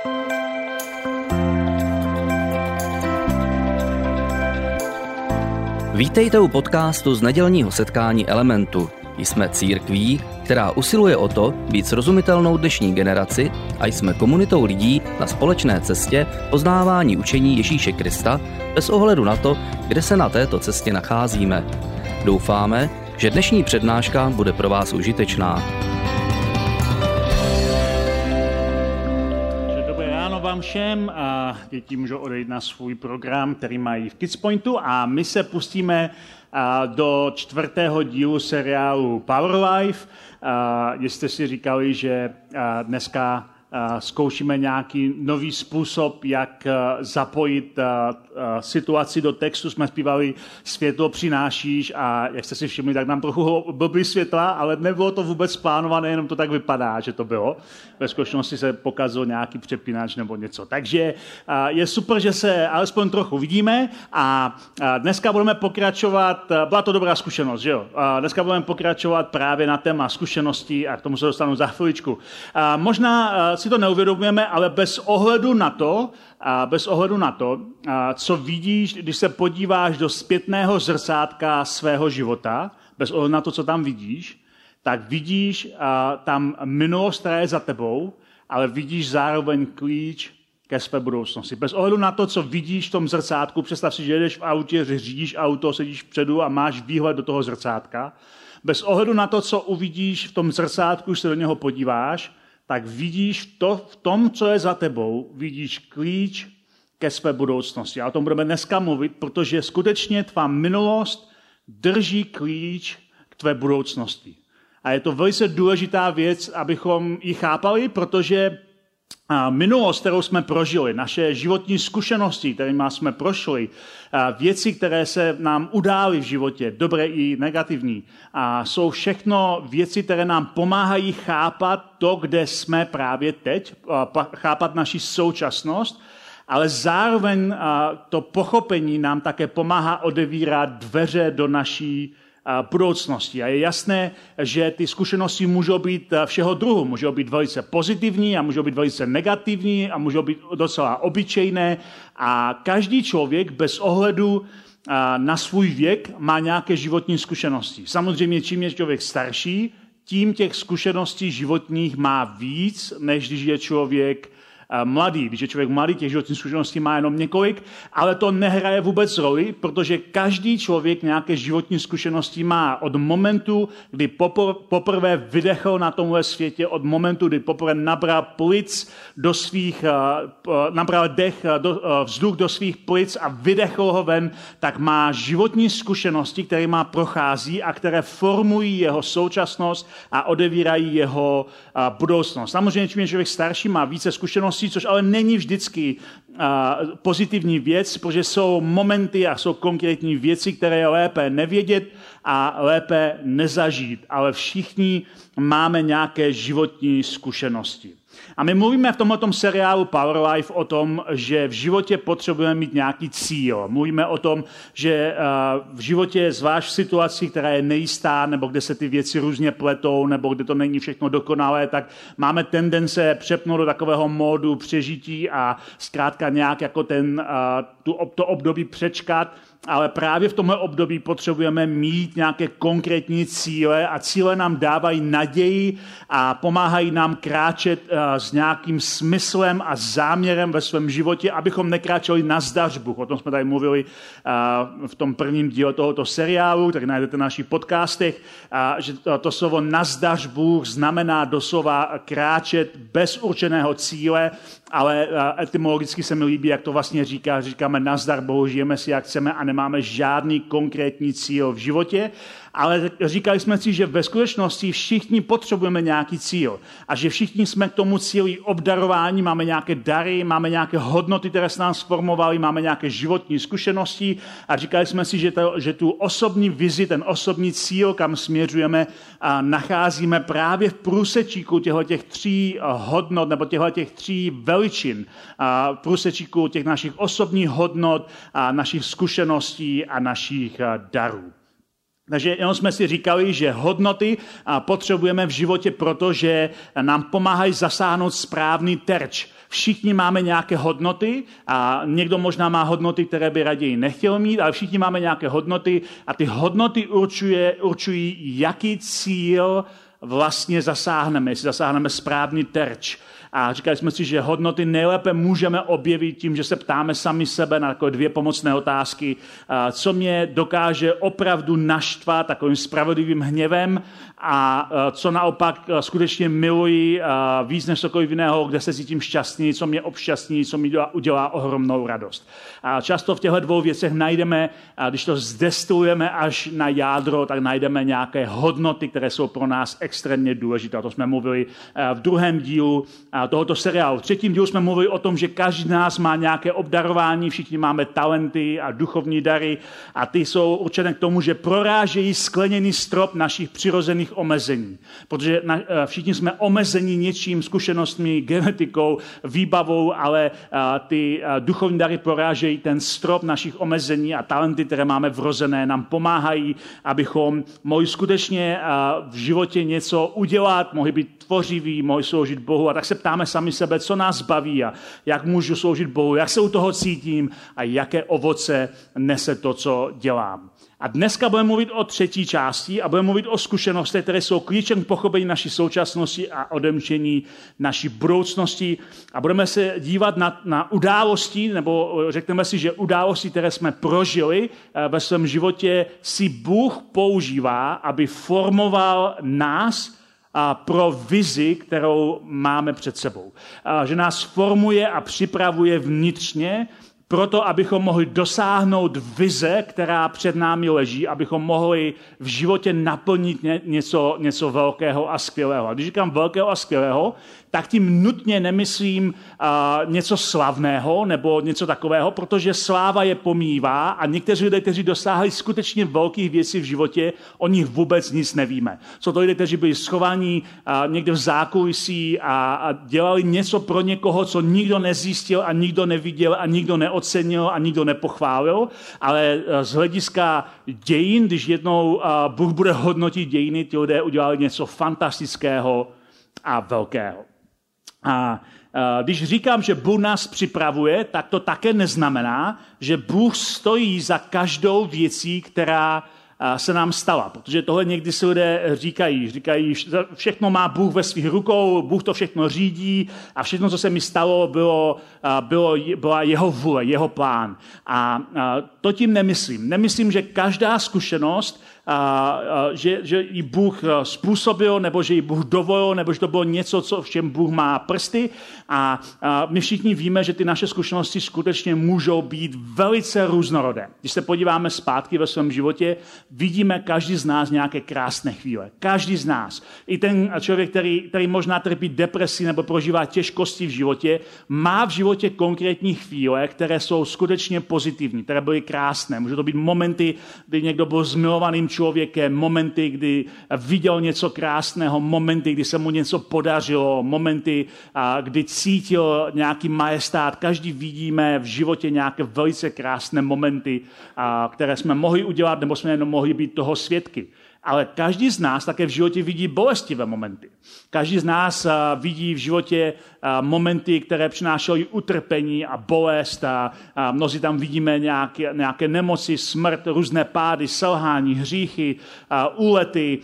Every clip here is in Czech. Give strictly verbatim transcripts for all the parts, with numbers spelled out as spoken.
Vítejte u podcastu z nedělního setkání Elementu. Jsme církví, která usiluje o to být srozumitelnou dnešní generaci a jsme komunitou lidí na společné cestě poznávání učení Ježíše Krista bez ohledu na to, kde se na této cestě nacházíme. Doufáme, že dnešní přednáška bude pro vás užitečná. Dobré ráno vám všem a děti můžou odejít na svůj program, který mají v Kids Pointu a my se pustíme do čtvrtého dílu seriálu Power Life. Jestli jste si říkali, že dneska zkoušíme nějaký nový způsob, jak zapojit situaci do textu, jsme zpívali Světlo přinášíš a jak jste si všimli, tak nám trochu blbý světla, ale nebylo to vůbec plánované, jenom to tak vypadá, že to bylo. Ve skutečnosti se pokazil nějaký přepínač nebo něco. Takže je super, že se alespoň trochu vidíme a dneska budeme pokračovat, byla to dobrá zkušenost, že jo? Dneska budeme pokračovat právě na téma zkušeností a k tomu se dostanu za chviličku. Možná si to neuvědomujeme, ale bez ohledu na to, a bez ohledu na to, co vidíš, když se podíváš do zpětného zrcátka svého života, bez ohledu na to, co tam vidíš, tak vidíš tam minulost, která je za tebou, ale vidíš zároveň klíč ke své budoucnosti. Bez ohledu na to, co vidíš v tom zrcátku, představ si, že jedeš v autě, že řídíš auto, sedíš vpředu a máš výhled do toho zrcátka. Bez ohledu na to, co uvidíš v tom zrcátku, když se do něho podíváš, tak vidíš to, v tom, co je za tebou, vidíš klíč ke své budoucnosti. A o tom budeme dneska mluvit, protože skutečně tvá minulost drží klíč k tvé budoucnosti. A je to velice důležitá věc, abychom ji chápali, protože minulost, kterou jsme prožili, naše životní zkušenosti, kterými jsme prošli, věci, které se nám udály v životě, dobré i negativní, a jsou všechno věci, které nám pomáhají chápat to, kde jsme právě teď, chápat naši současnost, ale zároveň to pochopení nám také pomáhá odevírat dveře do naší budoucnosti. A je jasné, že ty zkušenosti můžou být všeho druhu. Můžou být velice pozitivní a můžou být velice negativní a můžou být docela obyčejné. A každý člověk bez ohledu na svůj věk má nějaké životní zkušenosti. Samozřejmě, čím je člověk starší, tím těch zkušeností životních má víc, než když je člověk mladý. Když je člověk mladý, těch životních zkušeností má jenom několik, ale to nehraje vůbec roli, protože každý člověk nějaké životní zkušenosti má od momentu, kdy poprvé vydechl na tomhle světě, od momentu, kdy poprvé nabral plic do svých, nabral dech, do, vzduch do svých plic a vydechl ho ven, tak má životní zkušenosti, které má prochází a které formují jeho současnost a odevírají jeho budoucnost. Samozřejmě, čím je člověk starší, má více zkušeností, což ale není vždycky uh, pozitivní věc, protože jsou momenty a jsou konkrétní věci, které je lépe nevědět a lépe nezažít, ale všichni máme nějaké životní zkušenosti. A my mluvíme v tomto seriálu Power Life o tom, že v životě potřebujeme mít nějaký cíl. Mluvíme o tom, že v životě, zvlášť v situaci, která je nejistá, nebo kde se ty věci různě pletou, nebo kde to není všechno dokonalé, tak máme tendence přepnout do takového módu přežití a zkrátka nějak jako ten, tu, to období přečkat. Ale právě v tomhle období potřebujeme mít nějaké konkrétní cíle a cíle nám dávají naději a pomáhají nám kráčet s nějakým smyslem a záměrem ve svém životě, abychom nekráčeli na zdař. O tom jsme tady mluvili v tom prvním díle tohoto seriálu, který najdete na našich podcastech, že to slovo na zdař Bůh znamená doslova kráčet bez určeného cíle, ale etymologicky se mi líbí, jak to vlastně říká. Říkáme nazdar Bohu, žijeme si, jak chceme a nemáme žádný konkrétní cíl v životě. Ale říkali jsme si, že ve skutečnosti všichni potřebujeme nějaký cíl a že všichni jsme k tomu cíli obdarováni, máme nějaké dary, máme nějaké hodnoty, které se nám sformovaly, máme nějaké životní zkušenosti a říkali jsme si, že, to, že tu osobní vizi, ten osobní cíl, kam směřujeme, a nacházíme právě v průsečíku těchto tří hodnot nebo těchto tří veličin, a v průsečíku těch našich osobních hodnot, a našich zkušeností a našich darů. Takže jenom jsme si říkali, že hodnoty potřebujeme v životě, protože nám pomáhají zasáhnout správný terč. Všichni máme nějaké hodnoty a někdo možná má hodnoty, které by raději nechtěl mít, ale všichni máme nějaké hodnoty a ty hodnoty určuje, určují, jaký cíl vlastně zasáhneme, jestli zasáhneme správný terč. A říkali jsme si, že hodnoty nejlépe můžeme objevit tím, že se ptáme sami sebe na takové dvě pomocné otázky, co mě dokáže opravdu naštvat takovým spravedlivým hněvem a co naopak skutečně miluji víc než cokoliv jiného, kde se cítím šťastný, co mě obšťastní, co mi udělá ohromnou radost. A často v těchto dvou věcech najdeme, když to zdestilujeme až na jádro, tak najdeme nějaké hodnoty, které jsou pro nás extrémně důležité. O tom jsme mluvili v druhém dílu tohoto seriálu. V třetím dílu jsme mluvili o tom, že každý z nás má nějaké obdarování, všichni máme talenty a duchovní dary a ty jsou určené k tomu, že prorážejí skleněný strop našich přirozených omezení. Protože na, všichni jsme omezení něčím, zkušenostmi, genetikou, výbavou, ale a, ty a, duchovní dary prorážejí ten strop našich omezení a talenty, které máme vrozené, nám pomáhají, abychom mohli skutečně a, v životě něco udělat, mohli být tvořiví, mohli sloužit Bohu. A tak se ptáme sami sebe, co nás baví a jak můžu sloužit Bohu, jak se u toho cítím a jaké ovoce nese to, co dělám. A dneska budeme mluvit o třetí části a budeme mluvit o zkušenostech, které jsou klíčem k pochopení naší současnosti a odemčení naší budoucnosti. A budeme se dívat na, na události, nebo řekneme si, že události, které jsme prožili ve svém životě, si Bůh používá, aby formoval nás a pro vizi, kterou máme před sebou. A že nás formuje a připravuje vnitřně, proto, abychom mohli dosáhnout vize, která před námi leží, abychom mohli v životě naplnit něco, něco velkého a skvělého. A když říkám velkého a skvělého, tak tím nutně nemyslím uh, něco slavného nebo něco takového, protože sláva je pomývá a někteří lidé, kteří dosáhli skutečně velkých věcí v životě, o nich vůbec nic nevíme. Jsou to lidé, kteří byli schovaní uh, někde v zákulisí a, a dělali něco pro někoho, co nikdo nezjistil a nikdo neviděl a nikdo neocenil a nikdo nepochválil, ale uh, z hlediska dějin, když jednou uh, Bůh bude hodnotit dějiny, ti lidé udělali něco fantastického a velkého. A když říkám, že Bůh nás připravuje, tak to také neznamená, že Bůh stojí za každou věcí, která se nám stala. Protože tohle někdy si lidé říkají. Říkají, všechno má Bůh ve svých rukou, Bůh to všechno řídí a všechno, co se mi stalo, bylo, bylo, byla jeho vůle, jeho plán. A to tím nemyslím. Nemyslím, že každá zkušenost, A, a, že, že ji Bůh způsobil, nebo že ji Bůh dovolil, nebo že to bylo něco, co, v čem Bůh má prsty. A, a my všichni víme, že ty naše zkušenosti skutečně můžou být velice různorodé. Když se podíváme zpátky ve svém životě, vidíme každý z nás nějaké krásné chvíle. Každý z nás. I ten člověk, který, který možná trpí depresí nebo prožívá těžkosti v životě, má v životě konkrétní chvíle, které jsou skutečně pozitivní, které byly krásné. Může to být momenty, kdy někdo byl zmilovaným člověkem, momenty, kdy viděl něco krásného, momenty, kdy se mu něco podařilo, momenty, kdy cítil nějaký majestát. Každý vidíme v životě nějaké velice krásné momenty, které jsme mohli udělat, nebo jsme jenom mohli být toho svědky. Ale každý z nás také v životě vidí bolestivé momenty. Každý z nás vidí v životě momenty, které přinášejí utrpení a bolest. A mnozí tam vidíme nějaké, nějaké nemoci, smrt, různé pády, selhání, hříchy, úlety.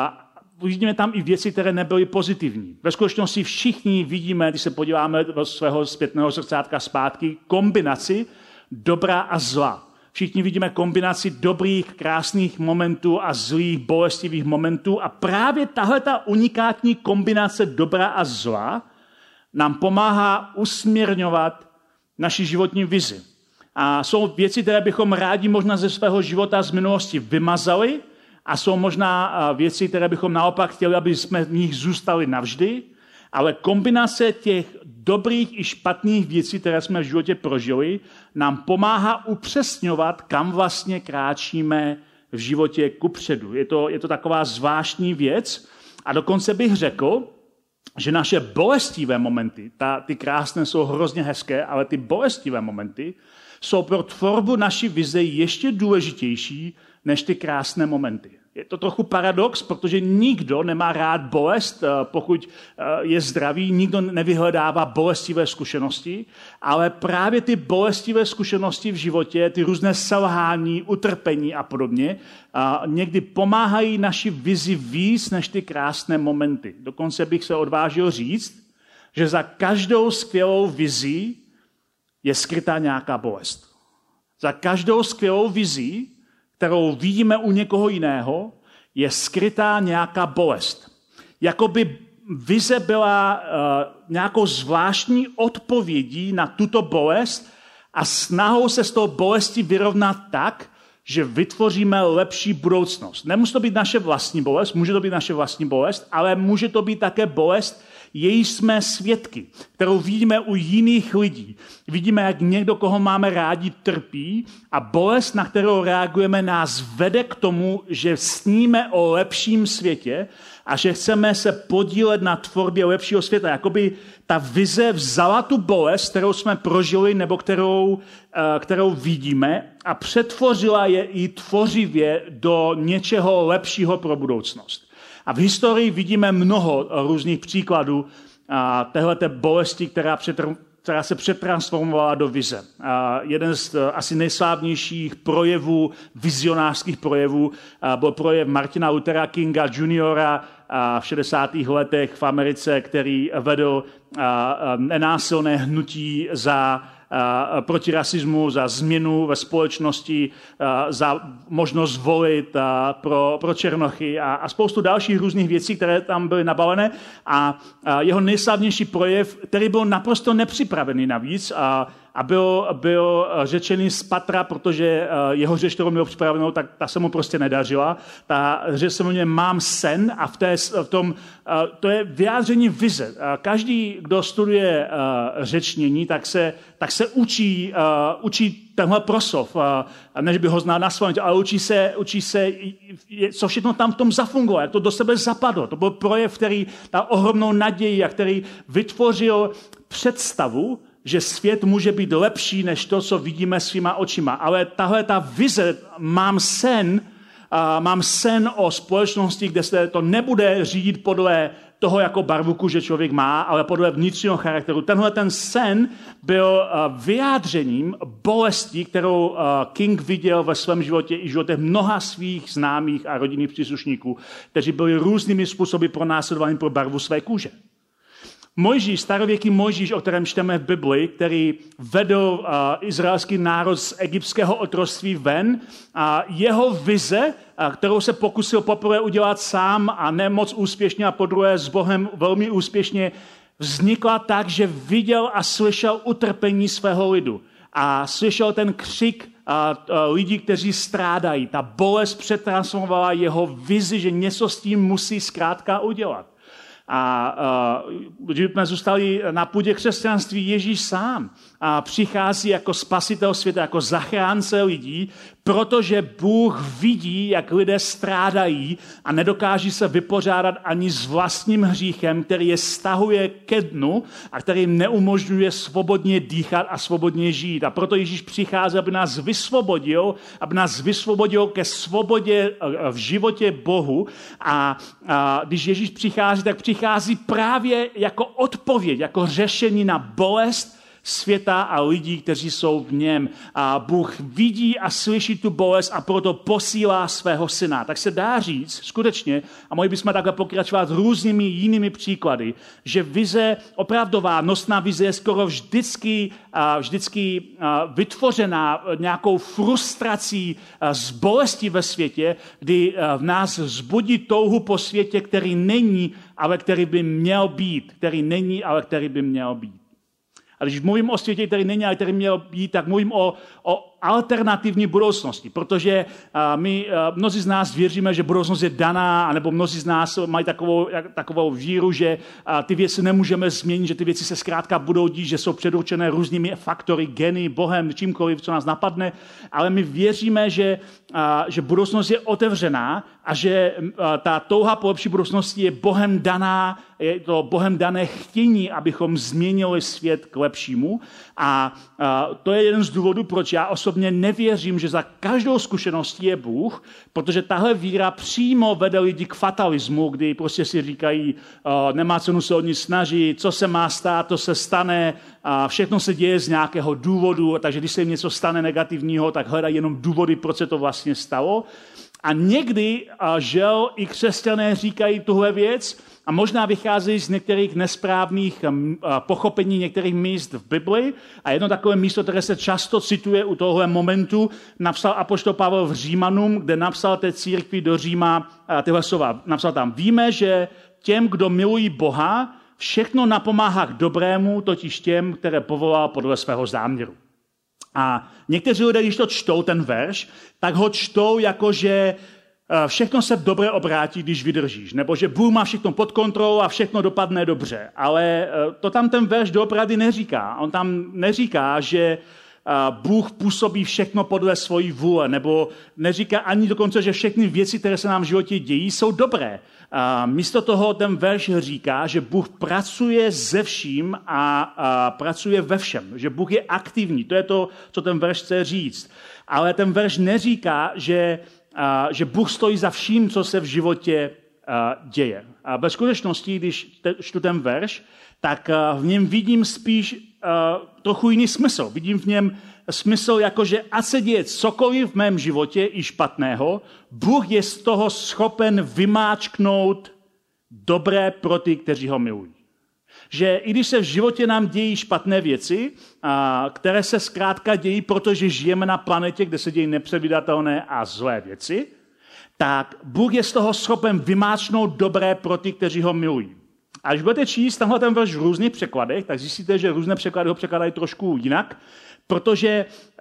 Vidíme tam i věci, které nebyly pozitivní. Ve skutečnosti všichni vidíme, když se podíváme do svého zpětného srdcátka zpátky, kombinaci dobra a zla. Všichni vidíme kombinaci dobrých, krásných momentů a zlých, bolestivých momentů a právě tahle ta unikátní kombinace dobra a zla nám pomáhá usměrňovat naši životní vizi. A jsou věci, které bychom rádi možná ze svého života z minulosti vymazali a jsou možná věci, které bychom naopak chtěli, aby jsme v nich zůstali navždy, ale kombinace těch dobrých i špatných věcí, které jsme v životě prožili, nám pomáhá upřesňovat, kam vlastně kráčíme v životě kupředu. Je to, je to taková zvláštní věc a dokonce bych řekl, že naše bolestivé momenty, ta, ty krásné jsou hrozně hezké, ale ty bolestivé momenty jsou pro tvorbu naší vize ještě důležitější než ty krásné momenty. Je to trochu paradox, protože nikdo nemá rád bolest, pokud je zdravý, nikdo nevyhledává bolestivé zkušenosti, ale právě ty bolestivé zkušenosti v životě, ty různé selhání, utrpení a podobně, někdy pomáhají naši vizi víc než ty krásné momenty. Dokonce bych se odvážil říct, že za každou skvělou vizí je skrytá nějaká bolest. Za každou skvělou vizí, kterou vidíme u někoho jiného, je skrytá nějaká bolest. Jakoby vize byla uh, nějakou zvláštní odpovědí na tuto bolest a snahou se z toho bolesti vyrovnat tak, že vytvoříme lepší budoucnost. Nemusí to být naše vlastní bolest, může to být naše vlastní bolest, ale může to být také bolest, jejíž jsme svědky, kterou vidíme u jiných lidí. Vidíme, jak někdo, koho máme rádi, trpí a bolest, na kterou reagujeme, nás vede k tomu, že sníme o lepším světě a že chceme se podílet na tvorbě lepšího světa. Jakoby ta vize vzala tu bolest, kterou jsme prožili nebo kterou, kterou vidíme a přetvořila je i tvořivě do něčeho lepšího pro budoucnost. A v historii vidíme mnoho různých příkladů téhleté bolesti, která, přetr- která se přetransformovala do vize. A jeden z asi nejslavnějších projevů, vizionářských projevů, byl projev Martina Luthera Kinga juniora v šedesátých letech v Americe, který vedl nenásilné hnutí za proti rasismu, za změnu ve společnosti, za možnost volit pro, pro černochy a, a spoustu dalších různých věcí, které tam byly nabalené. A, a jeho nejslavnější projev, který byl naprosto nepřipravený navíc a, a byl, byl řečený z patra, protože jeho řeč, kterou měl připravenou, tak ta se mu prostě nedařila. Ta řeč se jmenuje Mám sen a v, té, v tom, to je vyjádření vize. Každý, kdo studuje řečnění, tak se, tak se učí, učí tenhle proslov, než by ho znal na spaměť, ale učí se, učí se, co všechno tam v tom zafungovalo, jak to do sebe zapadlo. To byl projev, který dal ohromnou naději a který vytvořil představu, že svět může být lepší než to, co vidíme svýma očima. Ale tahle ta vize, mám sen, a mám sen o společnosti, kde se to nebude řídit podle toho, jako barvu kůže člověk má, ale podle vnitřního charakteru. Tenhle ten sen byl vyjádřením bolesti, kterou King viděl ve svém životě i životech mnoha svých známých a rodinných příslušníků, kteří byli různými způsoby pronásledovaní pro barvu své kůže. Mojžíš, starověký Mojžíš, o kterém čteme v Bibli, který vedl uh, izraelský národ z egyptského otroctví ven, a jeho vize, uh, kterou se pokusil poprvé udělat sám a ne moc úspěšně a podruhé s Bohem velmi úspěšně, vznikla tak, že viděl a slyšel utrpení svého lidu. A slyšel ten křik a, a lidí, kteří strádají. Ta bolest přetransformovala jeho vizi, že něco s tím musí zkrátka udělat. A když jsme zůstali na půdě křesťanství, Ježíš sám a přichází jako spasitel světa, jako zachránce lidí, protože Bůh vidí, jak lidé strádají a nedokáží se vypořádat ani s vlastním hříchem, který je stahuje ke dnu a který jim neumožňuje svobodně dýchat a svobodně žít. A proto Ježíš přichází, aby nás vysvobodil, aby nás vysvobodil ke svobodě v životě Bohu. A, a když Ježíš přichází, tak přichází právě jako odpověď, jako řešení na bolest světa a lidí, kteří jsou v něm. A Bůh vidí a slyší tu bolest a proto posílá svého syna. Tak se dá říct, skutečně, a mohli bychom takhle pokračovat různými jinými příklady, že vize, opravdová nosná vize je skoro vždycky, vždycky vytvořená nějakou frustrací z bolesti ve světě, kdy v nás vzbudí touhu po světě, který není, ale který by měl být. Který není, ale který by měl být. A když mluvím o světě, který není, ale který měl být, tak mluvím o, o alternativní budoucnosti, protože uh, my, uh, mnozí z nás věříme, že budoucnost je daná, anebo mnozí z nás mají takovou, jak, takovou víru, že uh, ty věci nemůžeme změnit, že ty věci se zkrátka budou dít, že jsou předurčené různými faktory, geny, Bohem, čímkoliv, co nás napadne, ale my věříme, že, uh, že budoucnost je otevřená a že uh, ta touha po lepší budoucnosti je Bohem daná, je to Bohem dané chtění, abychom změnili svět k lepšímu. A uh, to je jeden z důvodů, proč já osobně osobně nevěřím, že za každou zkušeností je Bůh, protože tahle víra přímo vede lidi k fatalismu, kdy prostě si říkají, uh, nemá cenu se o nic snažit, co se má stát, to se stane, a všechno se děje z nějakého důvodu, takže když se jim něco stane negativního, tak hledají jenom důvody, proč se to vlastně stalo. A někdy, uh, žel, i křesťané říkají tuhle věc, a možná vycházejí z některých nesprávných pochopení některých míst v Bibli. A jedno takové místo, které se často cituje u tohle momentu, napsal apoštol Pavel v Římanům, kde napsal té církvi do Říma tyhle slova. Napsal tam, víme, že těm, kdo milují Boha, všechno napomáhá k dobrému, totiž těm, které povolal podle svého záměru. A někteří lidé, když to čtou, ten verš, tak ho čtou jako, že všechno se dobře obrátí, když vydržíš, nebo že Bůh má všechno pod kontrolou a všechno dopadne dobře. Ale to tam ten verš doopravdy neříká. On tam neříká, že Bůh působí všechno podle svojí vůle, nebo neříká ani dokonce, že všechny věci, které se nám v životě dějí, jsou dobré. A místo toho ten verš říká, že Bůh pracuje se vším a, a pracuje ve všem, že Bůh je aktivní. To je to, co ten verš chce říct. Ale ten verš neříká, že Uh, že Bůh stojí za vším, co se v životě uh, děje. A ve skutečnosti, když te, čtu ten verš, tak uh, v něm vidím spíš uh, trochu jiný smysl. Vidím v něm smysl, jako že ať se děje cokoliv v mém životě i špatného, Bůh je z toho schopen vymáčknout dobré pro ty, kteří ho milují. Že i když se v životě nám dějí špatné věci, které se zkrátka dějí, protože žijeme na planetě, kde se dějí nepředvídatelné a zlé věci, tak Bůh je z toho schopen vymáčknout dobré pro ty, kteří ho milují. A když budete číst tenhle ten verš v různých překladech, tak zjistíte, že různé překlady ho překladají trošku jinak, protože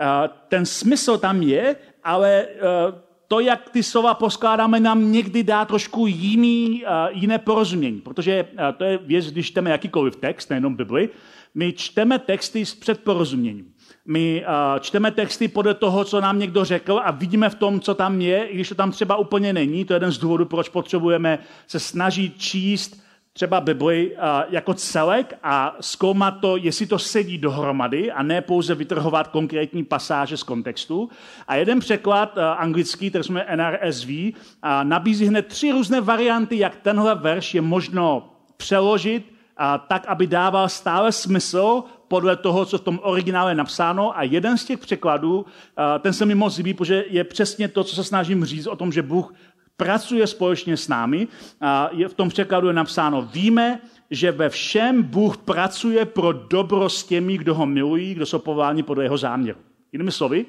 ten smysl tam je, ale to, jak ty slova poskládáme, nám někdy dá trošku jiný, uh, jiné porozumění, protože uh, to je věc, když čteme jakýkoliv text, nejenom Bibli, my čteme texty s předporozuměním. My uh, čteme texty podle toho, co nám někdo řekl a vidíme v tom, co tam je, i když to tam třeba úplně není. To je jeden z důvodů, proč potřebujeme se snažit číst třeba Bibli uh, jako celek a zkoumat to, jestli to sedí dohromady a ne pouze vytrhovat konkrétní pasáže z kontextu. A jeden překlad uh, anglický, který jsme N R S V, uh, nabízí hned tři různé varianty, jak tenhle verš je možno přeložit uh, tak, aby dával stále smysl podle toho, co v tom originále je napsáno. A jeden z těch překladů, uh, ten se mi moc líbí, protože je přesně to, co se snažím říct o tom, že Bůh pracuje společně s námi. A v tom překladu je napsáno, víme, že ve všem Bůh pracuje pro dobro s těmi, kdo ho milují, kdo jsou povoláni podle jeho záměru. Jinými slovy,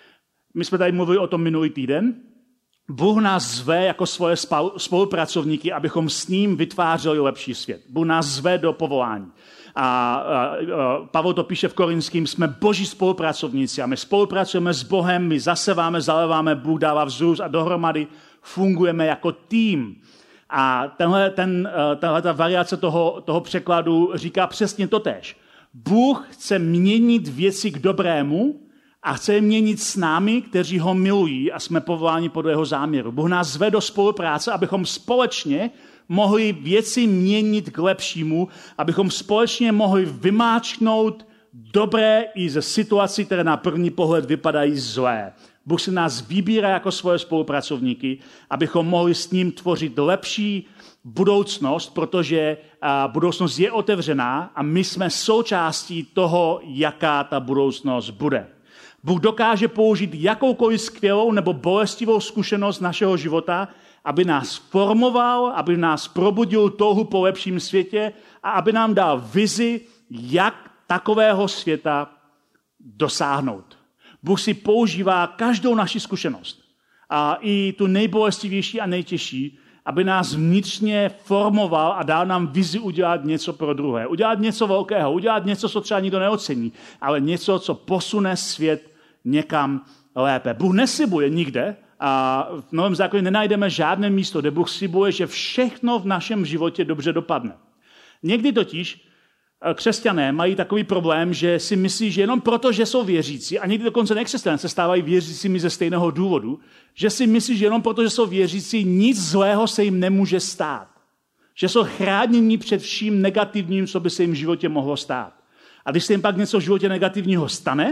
my jsme tady mluvili o tom minulý týden, Bůh nás zve jako svoje spolupracovníky, abychom s ním vytvářeli lepší svět. Bůh nás zve do povolání. A, a, a Pavel to píše v Korinským, jsme boží spolupracovníci a my spolupracujeme s Bohem, my zaseváme, zaleváme, Bůh dává vzrůst a dohromady fungujeme jako tým. A tenhle, ten, tenhle ta variace toho, toho překladu říká přesně totéž. Bůh chce měnit věci k dobrému a chce je měnit s námi, kteří ho milují a jsme povoláni podle jeho záměru. Bůh nás zve do spolupráce, abychom společně mohli věci měnit k lepšímu, abychom společně mohli vymáčknout dobré i ze situací, které na první pohled vypadají zlé. Bůh si nás vybírá jako svoje spolupracovníky, abychom mohli s ním tvořit lepší budoucnost, protože budoucnost je otevřená a my jsme součástí toho, jaká ta budoucnost bude. Bůh dokáže použít jakoukoliv skvělou nebo bolestivou zkušenost našeho života, aby nás formoval, aby nás probudil touhu po lepším světě a aby nám dal vizi, jak takového světa dosáhnout. Bůh si používá každou naši zkušenost, a i tu nejbolestivější a nejtěžší, aby nás vnitřně formoval a dal nám vizi udělat něco pro druhé. Udělat něco velkého, udělat něco, co třeba nikdo neocení, ale něco, co posune svět někam lépe. Bůh neslibuje nikde, a v Novém zákoně nenajdeme žádné místo, kde Bůh slibuje, že všechno v našem životě dobře dopadne. Někdy totiž křesťané mají takový problém, že si myslí, že jenom proto, že jsou věřící, a někdy dokonce nekřesťané se stávají věřícími ze stejného důvodu, že si myslí, že jenom proto, že jsou věřící, nic zlého se jim nemůže stát. Že jsou chráněni před vším negativním, co by se jim v životě mohlo stát. A když se jim pak něco v životě negativního stane,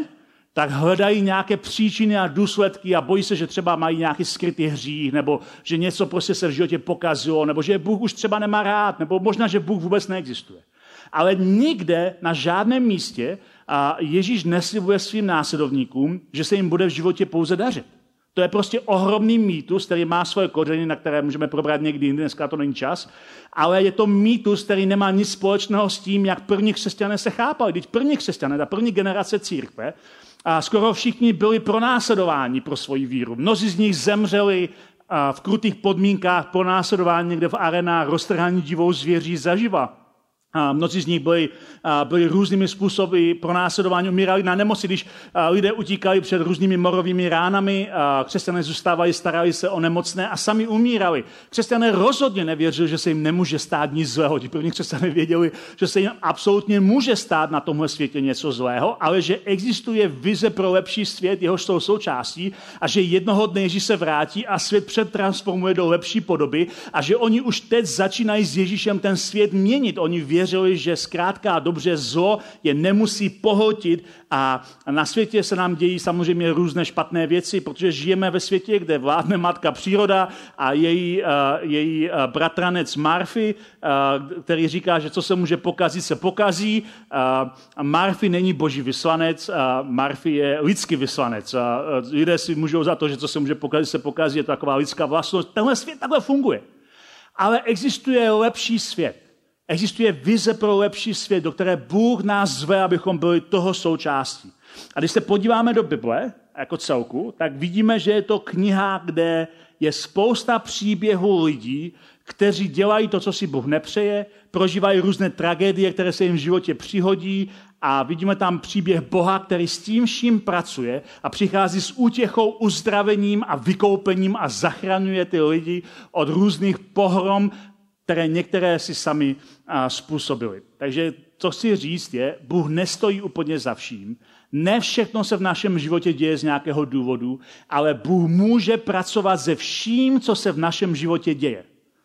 tak hledají nějaké příčiny a důsledky a bojí se, že třeba mají nějaký skrytý hřích, nebo že něco prostě se v životě pokazilo, nebo že Bůh už třeba nemá rád, nebo možná, že Bůh vůbec neexistuje. Ale nikde na žádném místě Ježíš neslibuje svým následovníkům, že se jim bude v životě pouze dařit. To je prostě ohromný mýtus, který má svoje kořeny, na které můžeme probrat někdy jindy, dneska to není čas, ale je to mýtus, který nemá nic společného s tím, jak první křesťané se chápali. Teď první křesťané, ta první generace církve, a skoro všichni byli pronásledováni pro svoji víru. Mnozí z nich zemřeli v krutých podmínkách, pronásledování někde v arenách, roztrhání divou zvěří zaživa. A mnozí z nich byli, byli různými způsoby pronásledování, umírali na nemoci, když lidé utíkali před různými morovými ránami, křesťané zůstávali, starali se o nemocné a sami umírali. Křesťané rozhodně nevěřili, že se jim nemůže stát nic zlého. Ti první křesťané věděli, že se jim absolutně může stát na tomhle světě něco zlého, ale že existuje vize pro lepší svět, jehož jsou součástí, a že jednoho dne Ježíš se vrátí a svět přetransformuje do lepší podoby a že oni už teď začínají s Ježíšem ten svět měnit. Oni věřili, že zkrátka a dobře zlo je nemusí pohltit a na světě se nám dějí samozřejmě různé špatné věci, protože žijeme ve světě, kde vládne matka příroda a její, uh, její uh, bratranec Murphy, uh, který říká, že co se může pokazit, se pokazí. Uh, Murphy není boží vyslanec, uh, Murphy je lidský vyslanec. Uh, lidé si můžou za to, že co se může pokazit, se pokazí, je to taková lidská vlastnost. Tenhle svět takhle funguje. Ale existuje lepší svět. Existuje vize pro lepší svět, do které Bůh nás zve, abychom byli toho součástí. A když se podíváme do Bible jako celku, tak vidíme, že je to kniha, kde je spousta příběhů lidí, kteří dělají to, co si Bůh nepřeje, prožívají různé tragédie, které se jim v životě přihodí a vidíme tam příběh Boha, který s tím vším pracuje a přichází s útěchou, uzdravením a vykoupením a zachraňuje ty lidi od různých pohrom, které některé si sami a, způsobili. Takže co chci říct je, Bůh nestojí úplně za vším. Ne všechno se v našem životě děje z nějakého důvodu, ale Bůh může pracovat se vším, co se v našem životě děje.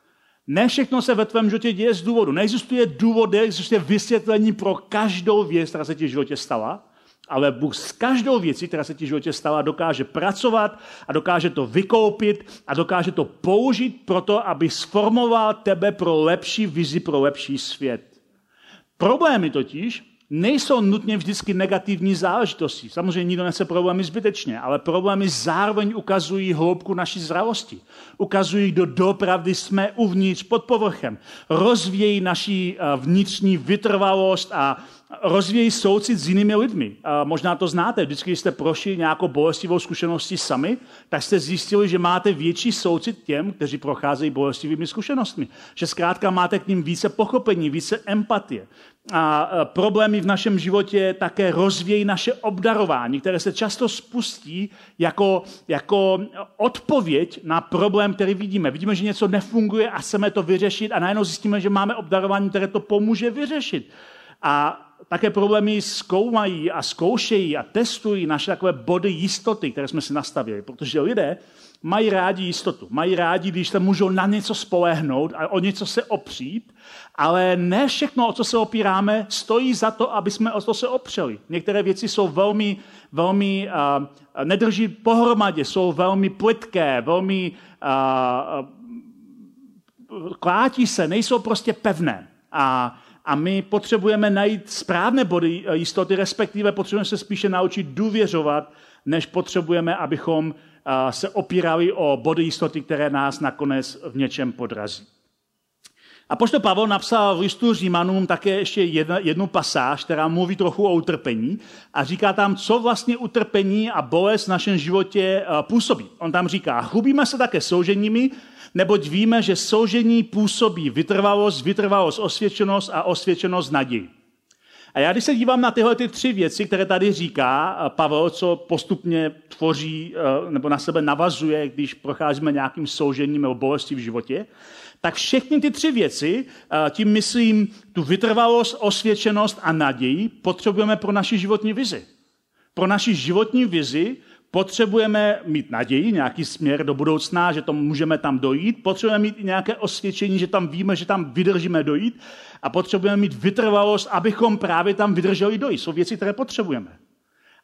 Ne všechno se ve tvém životě děje z důvodu. Neexistuje důvod, existuje vysvětlení pro každou věc, která se ti v životě stala, ale Bůh s každou věcí, která se ti v životě stala, dokáže pracovat a dokáže to vykoupit a dokáže to použít pro to, aby sformoval tebe pro lepší vizi, pro lepší svět. Problémy totiž nejsou nutně vždycky negativní záležitosti. Samozřejmě nikdo nese problémy zbytečně, ale problémy zároveň ukazují hloubku naší zralosti. Ukazují, kdo doopravdy jsme uvnitř pod povrchem. Rozvíjejí naši vnitřní vytrvalost a rozvíjejí soucit s jinými lidmi. A možná to znáte, vždycky, když jste prošli nějakou bolestivou zkušeností sami, tak jste zjistili, že máte větší soucit těm, kteří procházejí bolestivými zkušenostmi. Že zkrátka máte k ním více pochopení, více empatie. A problémy v našem životě také rozvíjejí naše obdarování, které se často spustí jako, jako odpověď na problém, který vidíme. Vidíme, že něco nefunguje a chceme to vyřešit a najednou zjistíme, že máme obdarování, které to pomůže vyřešit. A také problémy zkoumají a zkoušejí a testují naše takové body jistoty, které jsme si nastavili, protože lidé mají rádi jistotu. Mají rádi, když se můžou na něco spolehnout a o něco se opřít, ale ne všechno, o co se opíráme, stojí za to, aby jsme o to se opřeli. Některé věci jsou velmi, velmi uh, nedrží pohromadě, jsou velmi plytké, velmi uh, klátí se, nejsou prostě pevné. A A my potřebujeme najít správné body jistoty, respektive potřebujeme se spíše naučit důvěřovat, než potřebujeme, abychom se opírali o body jistoty, které nás nakonec v něčem podrazí. Apoštol Pavel napsal v listu Římanům také ještě jedna, jednu pasáž, která mluví trochu o utrpení a říká tam, co vlastně utrpení a bolest v našem životě působí. On tam říká, chlubíme se také souženími, neboť víme, že soužení působí vytrvalost, vytrvalost osvědčenost a osvědčenost naději. A já když se dívám na tyhle ty tři věci, které tady říká Pavel, co postupně tvoří nebo na sebe navazuje, když procházíme nějakým soužením nebo bolestí v životě, tak všechny ty tři věci, tím myslím tu vytrvalost, osvědčenost a naději, potřebujeme pro naši životní vizi. Pro naši životní vizi potřebujeme mít naději, nějaký směr do budoucna, že to můžeme tam dojít, potřebujeme mít i nějaké osvědčení, že tam víme, že tam vydržíme dojít a potřebujeme mít vytrvalost, abychom právě tam vydrželi dojít. Jsou věci, které potřebujeme.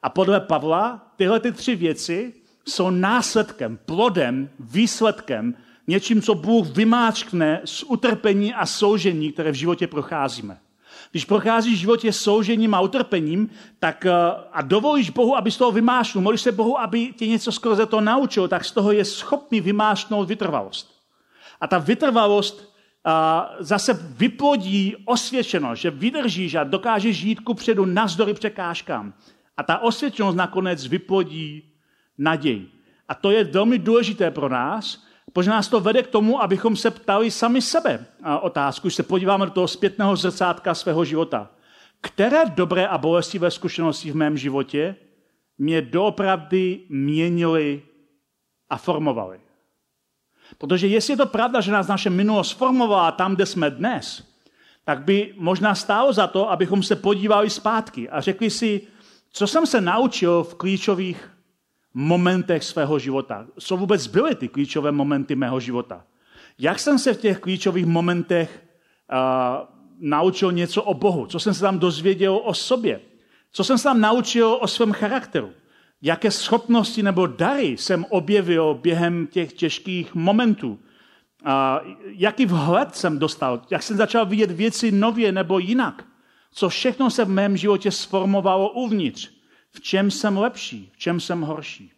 A podle Pavla tyhle ty tři věci jsou následkem, plodem, výsledkem, něčím, co Bůh vymáčkne z utrpení a soužení, které v životě procházíme. Když procházíš v životě soužením a utrpením, tak a dovolíš Bohu, aby z toho vymáčknul, modlíš se Bohu, aby tě něco skrze to naučil, tak z toho je schopný vymáčknout vytrvalost. A ta vytrvalost a, zase vyplodí osvědčenost, že vydržíš a dokážeš žít kupředu navzdory překážkám. A ta osvědčenost nakonec vyplodí naději. A to je velmi důležité pro nás, protože nás to vede k tomu, abychom se ptali sami sebe otázku, když se podíváme do toho zpětného zrcátka svého života. Které dobré a bolestivé zkušenosti v mém životě mě doopravdy měnily a formovaly? Protože jestli je to pravda, že nás naše minulost formovala tam, kde jsme dnes, tak by možná stálo za to, abychom se podívali zpátky a řekli si, co jsem se naučil v klíčových momentech svého života. Co vůbec byly ty klíčové momenty mého života? Jak jsem se v těch klíčových momentech uh, naučil něco o Bohu? Co jsem se tam dozvěděl o sobě? Co jsem se tam naučil o svém charakteru? Jaké schopnosti nebo dary jsem objevil během těch těžkých momentů? Uh, jaký vhled jsem dostal? Jak jsem začal vidět věci nově nebo jinak? Co všechno se v mém životě sformovalo uvnitř? V čem jsem lepší, v čem jsem horší.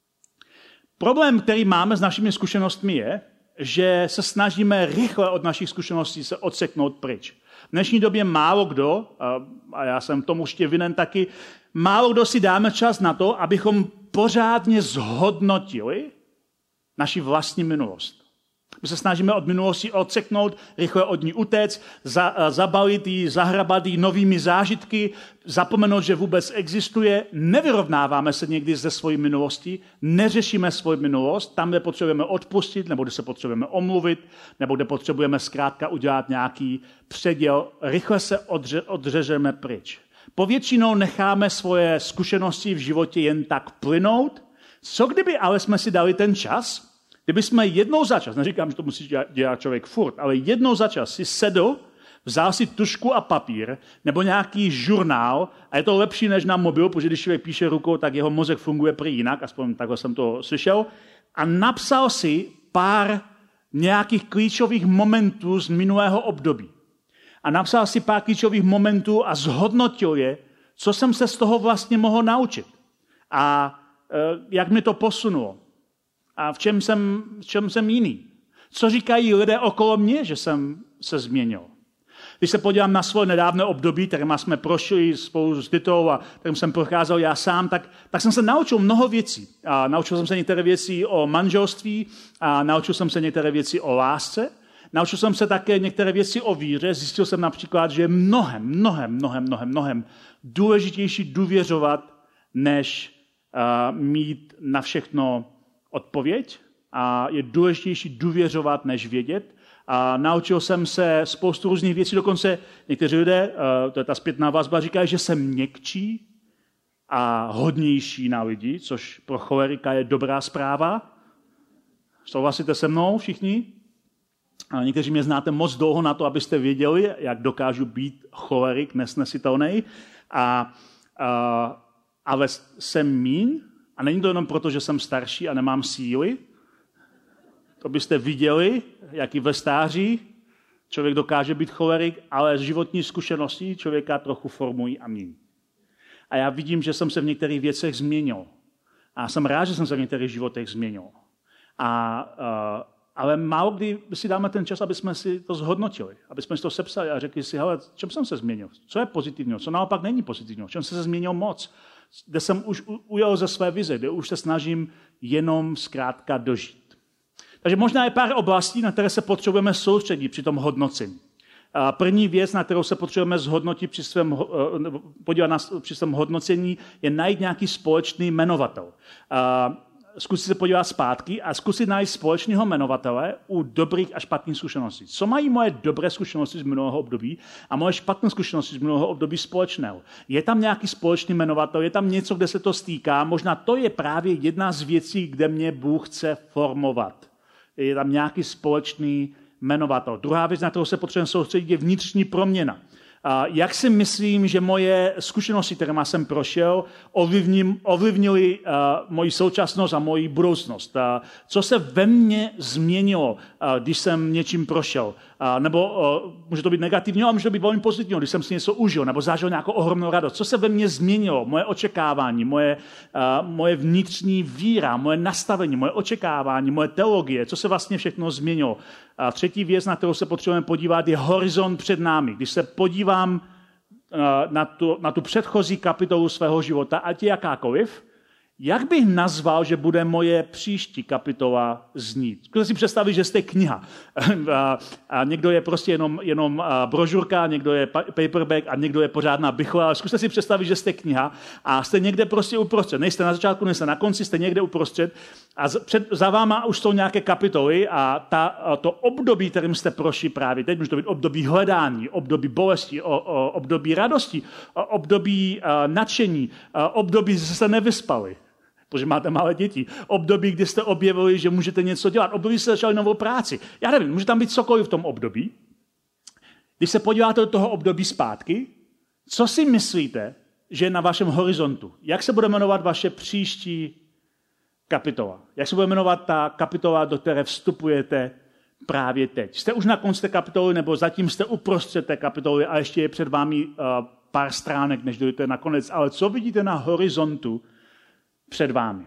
Problém, který máme s našimi zkušenostmi, je, že se snažíme rychle od našich zkušeností se odseknout pryč. V dnešní době málo kdo, a já jsem tomu ještě vinen taky, málo kdo si dáme čas na to, abychom pořádně zhodnotili naši vlastní minulost. My se snažíme od minulosti odseknout, rychle od ní utéct, za, zabalit ji, zahrabat ji novými zážitky, zapomenout, že vůbec existuje, nevyrovnáváme se někdy ze svojí minulosti, neřešíme svoji minulost, tam, kde potřebujeme odpustit, nebo kde se potřebujeme omluvit, nebo kde potřebujeme zkrátka udělat nějaký předěl, rychle se odře, odřežeme pryč. Povětšinou necháme svoje zkušenosti v životě jen tak plynout. Co kdyby ale jsme si dali ten čas, kdyby jsme jednou za čas, neříkám, že to musí dělat člověk furt, ale jednou za čas si sedl, vzal si tužku a papír nebo nějaký žurnál a je to lepší než na mobil, protože když člověk píše rukou, tak jeho mozek funguje prý jinak, aspoň takhle jsem to slyšel, a napsal si pár nějakých klíčových momentů z minulého období. A napsal si pár klíčových momentů a zhodnotil je, co jsem se z toho vlastně mohl naučit a e, jak mi to posunulo. A v čem jsem, v čem jsem jiný? Co říkají lidé okolo mě, že jsem se změnil? Když se podívám na svoje nedávné období, kterým jsme prošli spolu s Ditou a kterým jsem procházel já sám, tak, tak jsem se naučil mnoho věcí. A naučil jsem se některé věci o manželství, a naučil jsem se některé věci o lásce, naučil jsem se také některé věci o víře. Zjistil jsem například, že je mnohem, mnohem, mnohem, mnohem, mnohem důležitější důvěřovat, než uh, mít na všechno odpověď, a je důležitější důvěřovat, než vědět. A naučil jsem se spoustu různých věcí, dokonce někteří lidé, to je ta zpětná vazba, říkají, že jsem měkčí a hodnější na lidi, což pro cholerika je dobrá zpráva. Souhlasíte se mnou všichni? A někteří mě znáte moc dlouho na to, abyste věděli, jak dokážu být cholerik nesnesitelný. A, a, ale jsem míň. A není to jenom proto, že jsem starší a nemám síly. To byste viděli, jaký ve stáří člověk dokáže být cholerik, ale z životní zkušenosti člověka trochu formují a mění. A já vidím, že jsem se v některých věcech změnil. A jsem rád, že jsem se v některých životech změnil. A, uh, ale málo kdy si dáme ten čas, aby jsme si to zhodnotili, aby jsme si to sepsali a řekli si, hele, čem jsem se změnil? Co je pozitivního? Co naopak není pozitivního? Čem jsem se změnil moc? Kde jsem už ujel ze své vize, kde už se snažím jenom zkrátka dožít. Takže možná je pár oblastí, na které se potřebujeme soustředit při tom hodnocení. První věc, na kterou se potřebujeme zhodnotit při svém, podívat na, při svém hodnocení, je najít nějaký společný jmenovatel. Zkusit se podívat zpátky a zkusit najít společného jmenovatele u dobrých a špatných zkušeností. Co mají moje dobré zkušenosti z minulého období a moje špatné zkušenosti z minulého období společného? Je tam nějaký společný jmenovatel, je tam něco, kde se to stýká? Možná to je právě jedna z věcí, kde mě Bůh chce formovat. Je tam nějaký společný jmenovatel. Druhá věc, na kterou se potřebujeme soustředit, je vnitřní proměna. Jak si myslím, že moje zkušenosti, kterými jsem prošel, ovlivnily moji současnost a moji budoucnost? Co se ve mně změnilo, když jsem něčím prošel? Nebo může to být negativní, ale může to být velmi pozitivní, když jsem si něco užil nebo zažil nějakou ohromnou radost. Co se ve mně změnilo? Moje očekávání, moje, moje vnitřní víra, moje nastavení, moje očekávání, moje teologie, co se vlastně všechno změnilo? A třetí věc, na kterou se potřebujeme podívat, je horizont před námi. Když se podívám na tu, na tu předchozí kapitolu svého života, ať je jakákoliv, jak bych nazval, že bude moje příští kapitola znít? Zkuste si představit, že jste kniha. A, a někdo je prostě jenom, jenom brožurka, někdo je paperback a někdo je pořádná bichla. Ale zkuste si představit, že jste kniha a jste někde prostě uprostřed. Nejste na začátku, nejste na konci, jste někde uprostřed a před, za váma už jsou nějaké kapitoly a, ta, a to období, kterým jste prošli právě teď, může to být období hledání, období bolesti, o, o, období radosti, o, období a, nadšení, a, období, že se nevyspali, protože máte malé děti. Období, kdy jste objevili, že můžete něco dělat. Období, kdy jste začali novou práci. Já nevím, může tam být cokoliv v tom období. Když se podíváte do toho období zpátky, co si myslíte, že je na vašem horizontu? Jak se bude jmenovat vaše příští kapitola? Jak se bude jmenovat ta kapitola, do které vstupujete právě teď? Jste už na konci té kapitoly, nebo zatím jste uprostřed té kapitoly a ještě je před vámi uh, pár stránek, než dojdete na konec. Ale co vidíte na horizontu před vámi?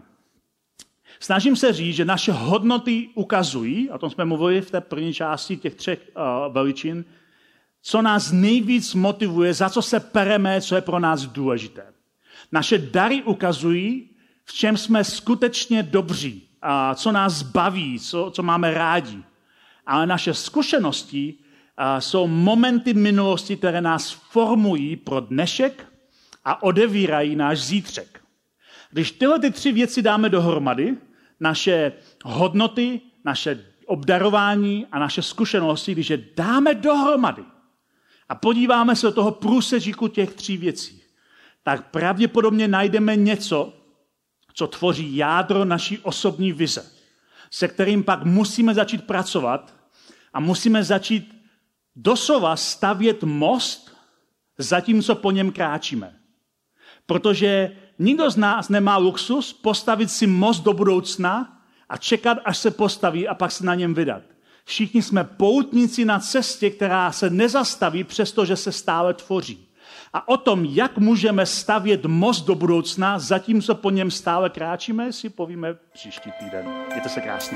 Snažím se říct, že naše hodnoty ukazují, o tom jsme mluvili v té první části těch třech uh, veličin, co nás nejvíc motivuje, za co se pereme, co je pro nás důležité. Naše dary ukazují, v čem jsme skutečně dobří, a co nás baví, co, co máme rádi. Ale naše zkušenosti a, jsou momenty minulosti, které nás formují pro dnešek a odevírají náš zítřek. Když tyhle ty tři věci dáme dohromady, naše hodnoty, naše obdarování a naše zkušenosti, když je dáme dohromady a podíváme se do toho průsežíku těch tří věcí, tak pravděpodobně najdeme něco, co tvoří jádro naší osobní vize, se kterým pak musíme začít pracovat a musíme začít doslova stavět most, zatímco po něm kráčíme. Protože nikdo z nás nemá luxus postavit si most do budoucna a čekat, až se postaví a pak se na něm vydat. Všichni jsme poutníci na cestě, která se nezastaví, přestože se stále tvoří. A o tom, jak můžeme stavět most do budoucna, zatímco po něm stále kráčíme, si povíme příští týden. Mějte se krásně.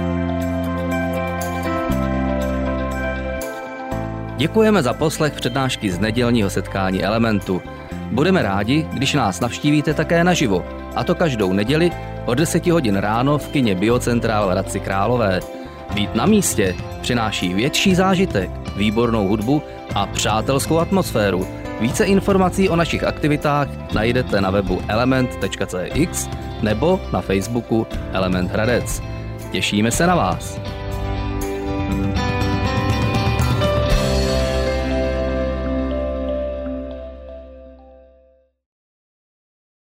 Děkujeme za poslech přednášky z nedělního setkání Elementu. Budeme rádi, když nás navštívíte také naživo, a to každou neděli od deseti hodin ráno v kině Biocentrál v Hradci Králové. Být na místě přináší větší zážitek, výbornou hudbu a přátelskou atmosféru. Více informací o našich aktivitách najdete na webu element tečka cé x nebo na Facebooku Element Hradec. Těšíme se na vás.